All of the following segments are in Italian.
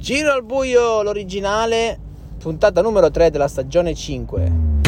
Giro al buio, l'originale, puntata numero 3 della stagione 5.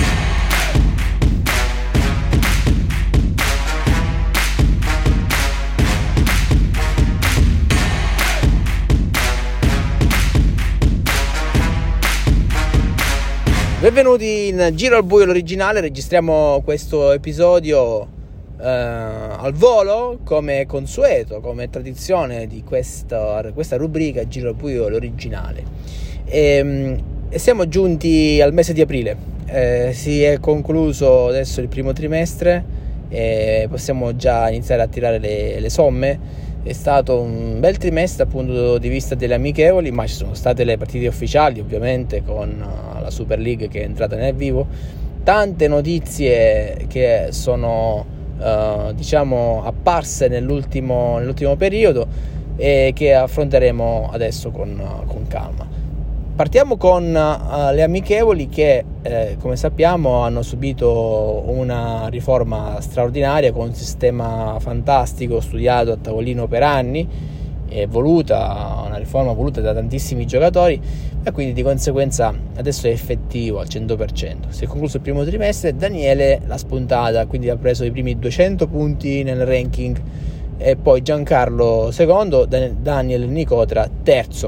Benvenuti in Giro al buio, l'originale. Registriamo questo episodio al volo, come consueto, come tradizione di questa rubrica Giro al buio, l'originale. E siamo giunti al mese di aprile. Si è concluso adesso il primo trimestre e possiamo già iniziare a tirare le somme. È stato un bel trimestre dal punto di vista delle amichevoli, ma ci sono state le partite ufficiali, ovviamente, con la Super League che è entrata nel vivo. Tante notizie che sono apparse nell'ultimo periodo e che affronteremo adesso con calma. Partiamo con le amichevoli che come sappiamo hanno subito una riforma straordinaria con un sistema fantastico studiato a tavolino per anni, una riforma voluta da tantissimi giocatori e quindi di conseguenza adesso è effettivo al 100%. Si è concluso il primo trimestre, Daniele l'ha spuntata, quindi ha preso i primi 200 punti nel ranking, e poi Giancarlo secondo, Daniel Nicotra terzo,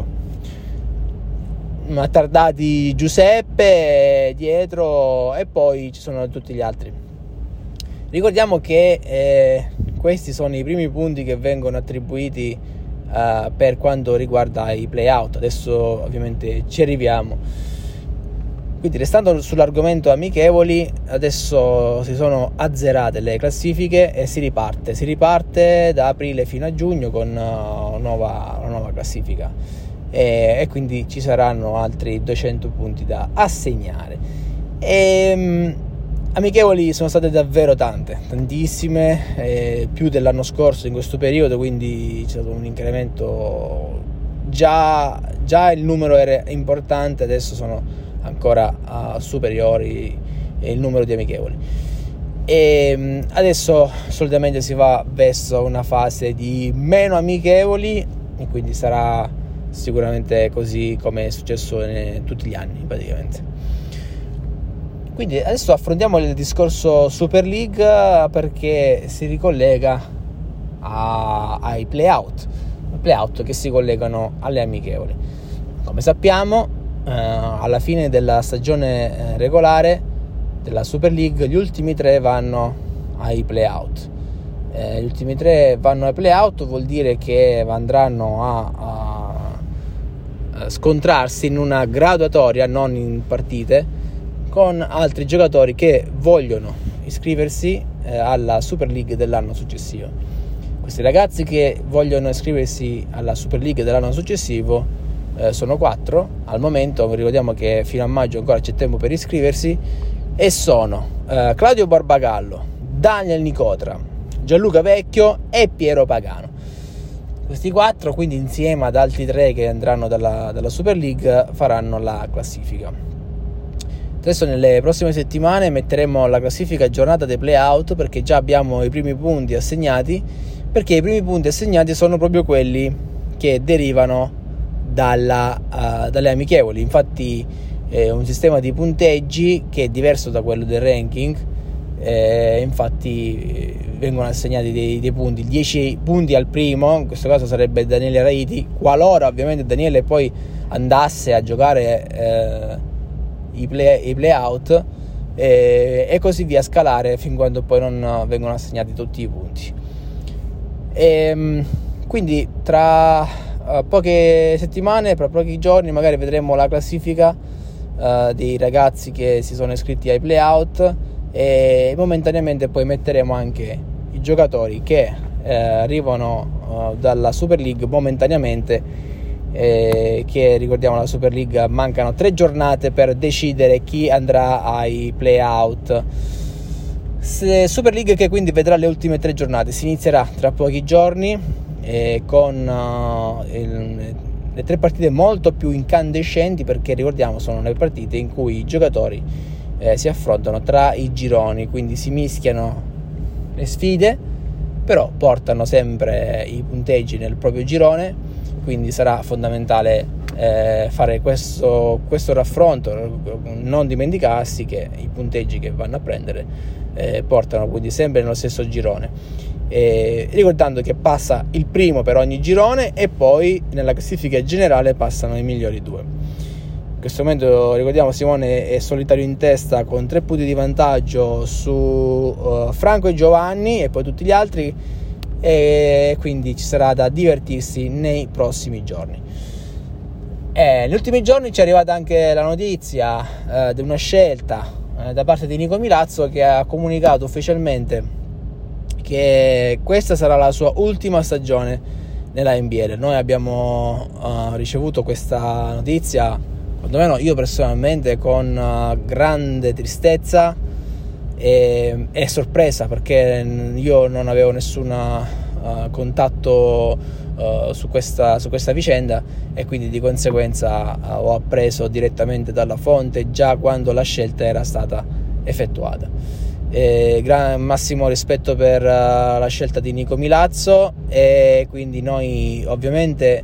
ma tardati Giuseppe dietro e poi ci sono tutti gli altri. Ricordiamo che questi sono i primi punti che vengono attribuiti per quanto riguarda i playout. Adesso ovviamente ci arriviamo. Quindi restando sull'argomento amichevoli, adesso si sono azzerate le classifiche e si riparte da aprile fino a giugno con una nuova classifica e quindi ci saranno altri 200 punti da assegnare. Amichevoli sono state davvero tantissime, più dell'anno scorso in questo periodo, quindi c'è stato un incremento. Già il numero era importante, adesso sono ancora superiori il numero di amichevoli, e adesso solitamente si va verso una fase di meno amichevoli e quindi sarà sicuramente così come è successo tutti gli anni praticamente. Quindi adesso affrontiamo il discorso Super League perché si ricollega ai playout che si collegano alle amichevoli. Come sappiamo, alla fine della stagione regolare della Super League gli ultimi 3 vanno ai playout. Gli ultimi 3 vanno ai playout vuol dire che andranno a scontrarsi in una graduatoria, non in partite, con altri giocatori che vogliono iscriversi alla Super League dell'anno successivo. Questi ragazzi che vogliono iscriversi alla Super League dell'anno successivo sono 4 al momento. Ricordiamo che fino a maggio ancora c'è tempo per iscriversi, e sono Claudio Barbagallo, Daniel Nicotra, Gianluca Vecchio e Piero Pagano. Questi 4, quindi insieme ad altri 3 che andranno dalla Super League, faranno la classifica. Adesso nelle prossime settimane metteremo la classifica aggiornata dei playout, perché già abbiamo i primi punti assegnati, perché i primi punti assegnati sono proprio quelli che derivano dalle amichevoli. Infatti è un sistema di punteggi che è diverso da quello del ranking, infatti vengono assegnati dei punti, 10 punti al primo, in questo caso sarebbe Daniele Raiti, qualora ovviamente Daniele poi andasse a giocare i playout, e così via, scalare fin quando poi non vengono assegnati tutti i punti. Quindi tra poche settimane, tra pochi giorni, magari vedremo la classifica dei ragazzi che si sono iscritti ai playout, e momentaneamente poi metteremo anche i giocatori che arrivano dalla Super League momentaneamente, che ricordiamo, la Super League mancano 3 giornate per decidere chi andrà ai playout. Super League che quindi vedrà le ultime 3 giornate, si inizierà tra pochi giorni con le 3 partite molto più incandescenti, perché ricordiamo sono le partite in cui i giocatori si affrontano tra i gironi, quindi si mischiano le sfide, però portano sempre i punteggi nel proprio girone, quindi sarà fondamentale fare questo raffronto, non dimenticarsi che i punteggi che vanno a prendere portano quindi sempre nello stesso girone, ricordando che passa il primo per ogni girone e poi nella classifica generale passano i migliori 2. In questo momento, ricordiamo, Simone è solitario in testa con 3 punti di vantaggio su Franco e Giovanni e poi tutti gli altri, e quindi ci sarà da divertirsi nei prossimi giorni. Negli ultimi giorni ci è arrivata anche la notizia di una scelta da parte di Nico Milazzo, che ha comunicato ufficialmente che questa sarà la sua ultima stagione nella NBL. Noi abbiamo ricevuto questa notizia, quantomeno io personalmente, con grande tristezza e sorpresa, perché io non avevo nessun contatto su questa vicenda, e quindi di conseguenza ho appreso direttamente dalla fonte già quando la scelta era stata effettuata. Massimo rispetto per la scelta di Nico Milazzo, e quindi noi ovviamente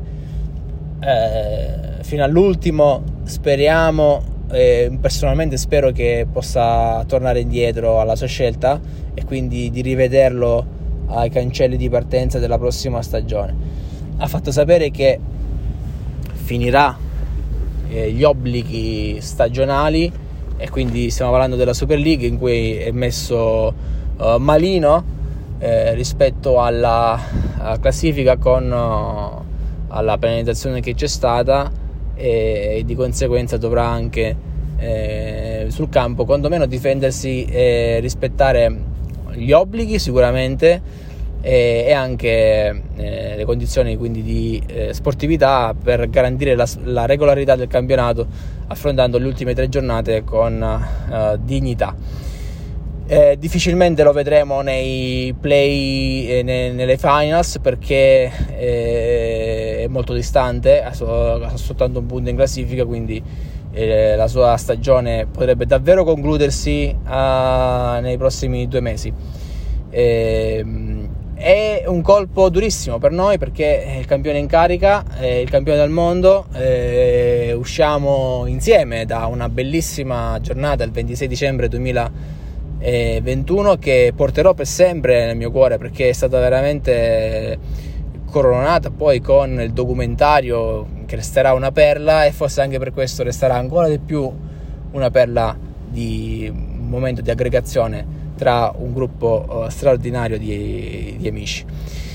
fino all'ultimo speriamo, personalmente spero che possa tornare indietro alla sua scelta e quindi di rivederlo ai cancelli di partenza della prossima stagione. Ha fatto sapere che finirà gli obblighi stagionali, e quindi stiamo parlando della Super League, in cui è messo malino rispetto alla classifica, con alla penalizzazione che c'è stata, e di conseguenza dovrà anche sul campo quantomeno difendersi e rispettare gli obblighi sicuramente, e anche le condizioni quindi di sportività, per garantire la regolarità del campionato, affrontando le ultime 3 giornate con dignità. Difficilmente lo vedremo nei play nelle finals, perché è molto distante, ha soltanto un punto in classifica, quindi la sua stagione potrebbe davvero concludersi nei prossimi 2 mesi. È un colpo durissimo per noi, perché è il campione in carica, è il campione del mondo. Usciamo insieme da una bellissima giornata il 26 dicembre 2021, che porterò per sempre nel mio cuore, perché è stata veramente coronata poi con il documentario, che resterà una perla, e forse anche per questo resterà ancora di più una perla, di un momento di aggregazione tra un gruppo straordinario di amici.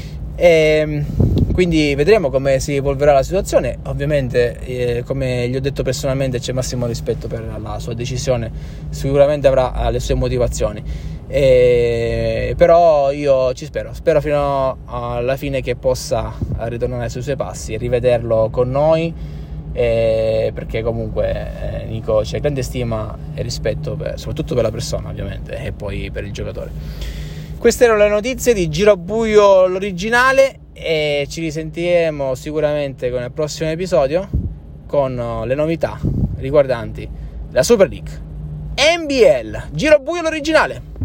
Quindi vedremo come si evolverà la situazione. Ovviamente, come gli ho detto personalmente, c'è massimo rispetto per la sua decisione, sicuramente avrà le sue motivazioni, però io ci spero fino alla fine che possa ritornare sui suoi passi e rivederlo con noi, perché comunque Nico c'è grande stima e rispetto soprattutto per la persona, ovviamente, e poi per il giocatore. Queste erano le notizie di Girobuio l'originale, e ci risentiremo sicuramente con il prossimo episodio con le novità riguardanti la Super League NBL. Girobuio l'originale.